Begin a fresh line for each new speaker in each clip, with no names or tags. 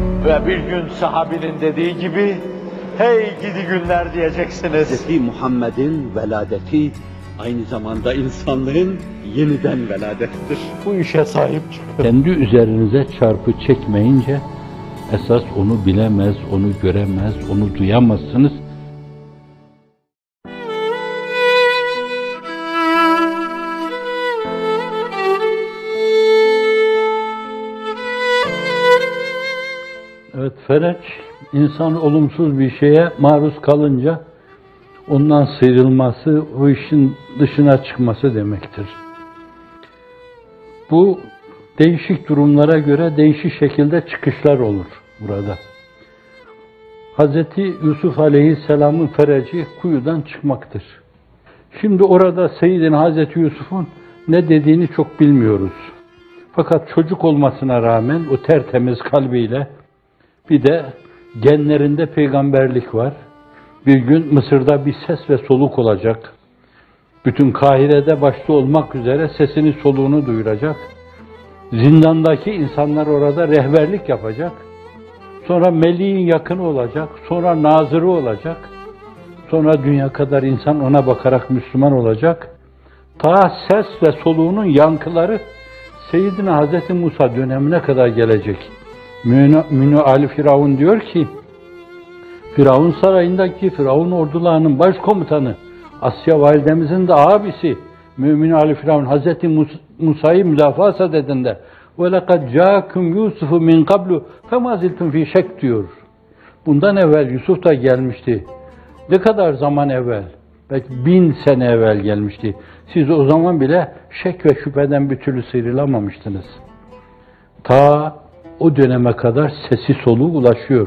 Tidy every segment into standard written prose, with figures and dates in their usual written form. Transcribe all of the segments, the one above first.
Ve bir gün sahabinin dediği gibi, hey gidi günler diyeceksiniz.
Hz. Muhammed'in veladeti aynı zamanda insanlığın yeniden veladettir.
Bu işe sahip çıkın.
Kendi üzerinize çarpı çekmeyince, esas onu bilemez, onu göremez, onu duyamazsınız. Evet, fereç, insan olumsuz bir şeye maruz kalınca ondan sıyrılması, o işin dışına çıkması demektir. Bu değişik durumlara göre değişik şekilde çıkışlar olur burada. Hz. Yusuf Aleyhisselam'ın fereci kuyudan çıkmaktır. Şimdi orada Seyyidina Hz. Yusuf'un ne dediğini çok bilmiyoruz. Fakat çocuk olmasına rağmen o tertemiz kalbiyle, bir de genlerinde peygamberlik var. Bir gün Mısır'da bir ses ve soluk olacak. Bütün Kahire'de başta olmak üzere sesini soluğunu duyuracak. Zindandaki insanlar orada rehberlik yapacak. Sonra Meli'nin yakını olacak. Sonra nazırı olacak. Sonra dünya kadar insan ona bakarak Müslüman olacak. Ta ses ve soluğunun yankıları Seyyidina Hazreti Musa dönemine kadar gelecek. Münü Ali Firavun diyor ki, Firavun sarayındaki Firavun ordularının başkomutanı, Asya validemizin de abisi, Mümin Ali Firavun Hazreti Musa'yı müdafaa sadedinde وَلَقَدْ جَاكُمْ يُوسُفُ مِنْ قَبْلُ فَمَا زِلْتُمْ فِي شَكْ diyor. Bundan evvel Yusuf da gelmişti. Ne kadar zaman evvel? Belki 1000 sene evvel gelmişti. Siz o zaman bile şek ve şüpheden bir türlü sıyrılamamıştınız. Ta o döneme kadar sesi soluğu ulaşıyor.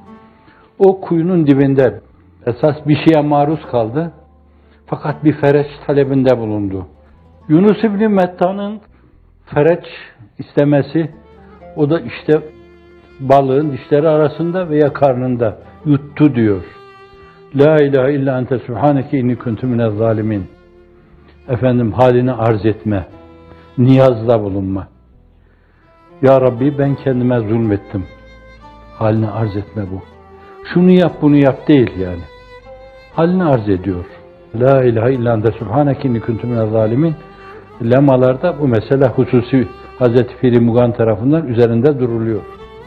O kuyunun dibinde esas bir şeye maruz kaldı. Fakat bir fereç talebinde bulundu. Yunus İbni Metta'nın fereç istemesi, o da işte balığın dişleri arasında veya karnında yuttu diyor. La ilahe illa ente subhaneke inni kuntu minez zalimin. Efendim halini arz etme, niyazda bulunma. Ya Rabbi ben kendime zulmettim. Halini arz etme bu. Şunu yap bunu yap değil yani. Halini arz ediyor. La ilahe illa ente subhaneke inni kuntu minez zalimin. Lemalarda bu mesele hususi Hazreti Piri Mugan tarafından üzerinde duruluyor.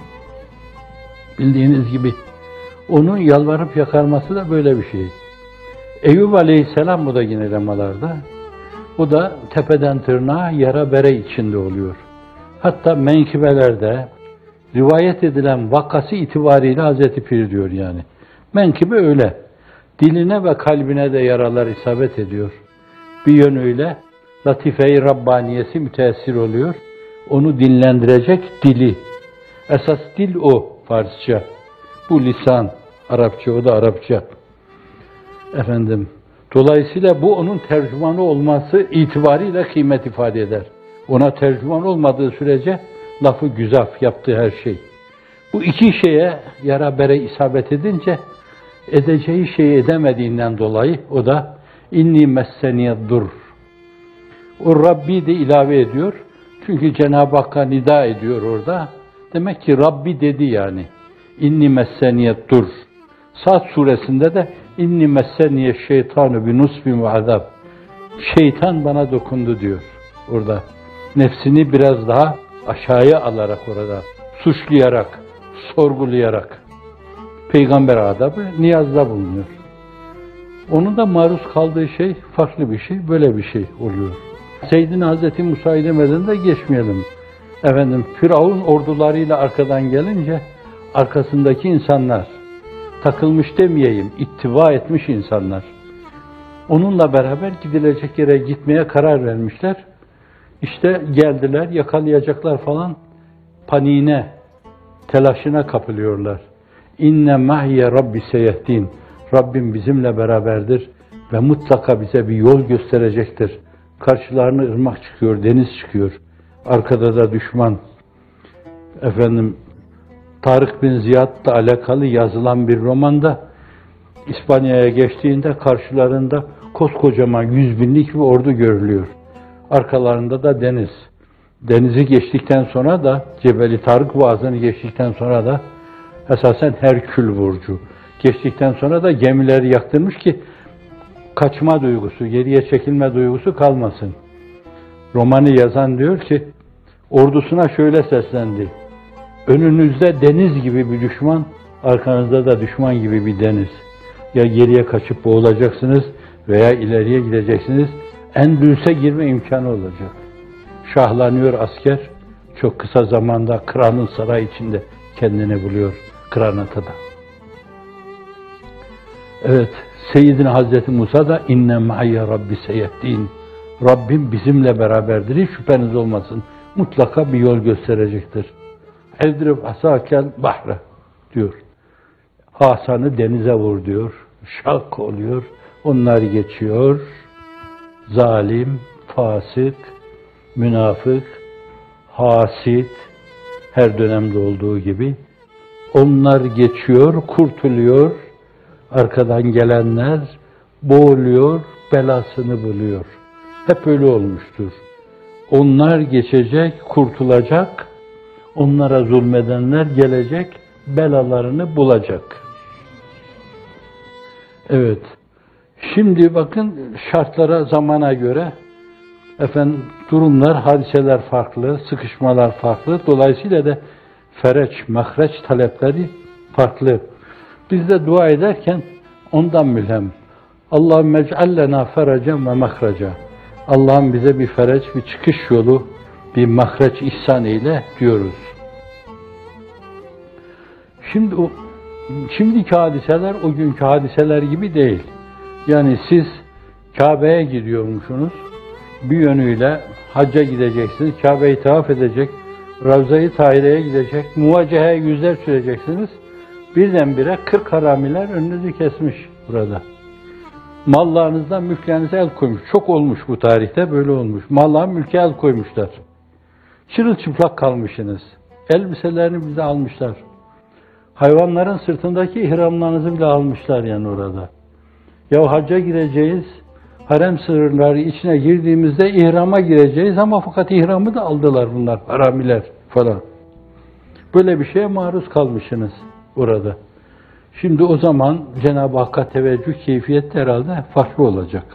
Bildiğiniz gibi onun yalvarıp yakarması da böyle bir şey. Eyüp Aleyhisselam bu da yine lemalarda. O da tepeden tırnağa yara bere içinde oluyor. Hatta menkibelerde rivayet edilen vakası itibariyle Hazreti Pir diyor yani. Menkibe öyle. Diline ve kalbine de yaralar isabet ediyor. Bir yönüyle latife-i Rabbaniyesi müteessir oluyor. Onu dinlendirecek dili. Esas dil o Farsça. Bu lisan Arapça, o da Arapça. Efendim, dolayısıyla bu onun tercümanı olması itibariyle kıymet ifade eder. Ona tercüman olmadığı sürece lafı güzaf yaptığı her şey. Bu iki şeye yara bere isabet edince edeceği şeyi edemediğinden dolayı o da inni messeniyeddur. O Rabbi de ilave ediyor. Çünkü Cenab-ı Hakk'a nida ediyor orada. Demek ki Rabbi dedi yani. İnni messeniyeddur. Sad suresinde de inni messeniye şeytanu bi nusbin ve azab. Şeytan bana dokundu diyor orada. Nefsini biraz daha aşağıya alarak orada, suçlayarak, sorgulayarak peygamber adabı niyazda bulunuyor. Onun da maruz kaldığı şey farklı bir şey, böyle bir şey oluyor. Seyyidina Hazreti Musa'yı demeden de geçmeyelim. Efendim, Firavun ordularıyla arkadan gelince arkasındaki insanlar, takılmış demeyeyim, ittiva etmiş insanlar. Onunla beraber gidilecek yere gitmeye karar vermişler. İşte geldiler, yakalayacaklar falan, paniğine, telaşına kapılıyorlar. İnne mahiye Rabbi seyehdin. Rabbim bizimle beraberdir ve mutlaka bize bir yol gösterecektir. Karşılarına ırmak çıkıyor, deniz çıkıyor. Arkada da düşman. Efendim, Tarık bin Ziyad'la alakalı yazılan bir romanda İspanya'ya geçtiğinde karşılarında koskocaman 100 binlik bir ordu görülüyor. Arkalarında da deniz. Denizi geçtikten sonra da Cebeli Tarık Boğazı'nı geçtikten sonra da Esasen Herkül burcu. Geçtikten sonra da gemileri yaktırmış ki kaçma duygusu, geriye çekilme duygusu kalmasın. Romanı yazan diyor ki, ordusuna şöyle seslendi. Önünüzde deniz gibi bir düşman, arkanızda da düşman gibi bir deniz. Ya geriye kaçıp boğulacaksınız veya ileriye gideceksiniz. Endülüs'e girme imkanı olacak. Şahlanıyor asker, çok kısa zamanda kralın sarayı içinde kendini buluyor Kıranatada. Evet, Seyyidina Hazreti Musa da inne ma'ye Rabbi seyehdin. Rabbim bizimle beraberdir, hiç şüpheniz olmasın. Mutlaka bir yol gösterecektir. Eldrib asakel bahre diyor. Asanı denize vur diyor. Şak oluyor. Onlar geçiyor. Zalim, fasık, münafık, hasit, her dönemde olduğu gibi. Onlar geçiyor, kurtuluyor. Arkadan gelenler boğuluyor, belasını buluyor. Hep öyle olmuştur. Onlar geçecek, kurtulacak. Onlara zulmedenler gelecek, belalarını bulacak. Evet. Şimdi bakın şartlara, zamana göre durumlar, hadiseler farklı, sıkışmalar farklı. Dolayısıyla da fereç, mahreç talepleri farklı. Biz de dua ederken ondan mülhem. Allahümme ec'allena ferecen ve mahreca. Allah'ım bize bir fereç, bir çıkış yolu, bir mahreç ihsan eyle diyoruz. Şimdiki hadiseler o günkü hadiseler gibi değil. Yani siz Kabe'ye gidiyormuşsunuz. Bir yönüyle hacca gideceksiniz. Kabe'yi tavaf edecek. Ravza-i Tahire'ye gidecek. Muvaceheye yüzler süreceksiniz. Birdenbire 40 haramiler önünüzü kesmiş burada. Mallarınızdan mülklerinize el koymuş. Çok olmuş bu tarihte, böyle olmuş. Malların mülke el koymuşlar. Çırılçıplak kalmışsınız. Elbiselerini bize almışlar. Hayvanların sırtındaki ihramlarınızı bile almışlar yani orada. Ya hacca gireceğiz, harem sınırları içine girdiğimizde ihrama gireceğiz ama fakat ihramı da aldılar bunlar, haramiler falan. Böyle bir şeye maruz kalmışsınız orada. Şimdi o zaman Cenab-ı Hakk'a teveccüh, keyfiyet herhalde farklı olacak.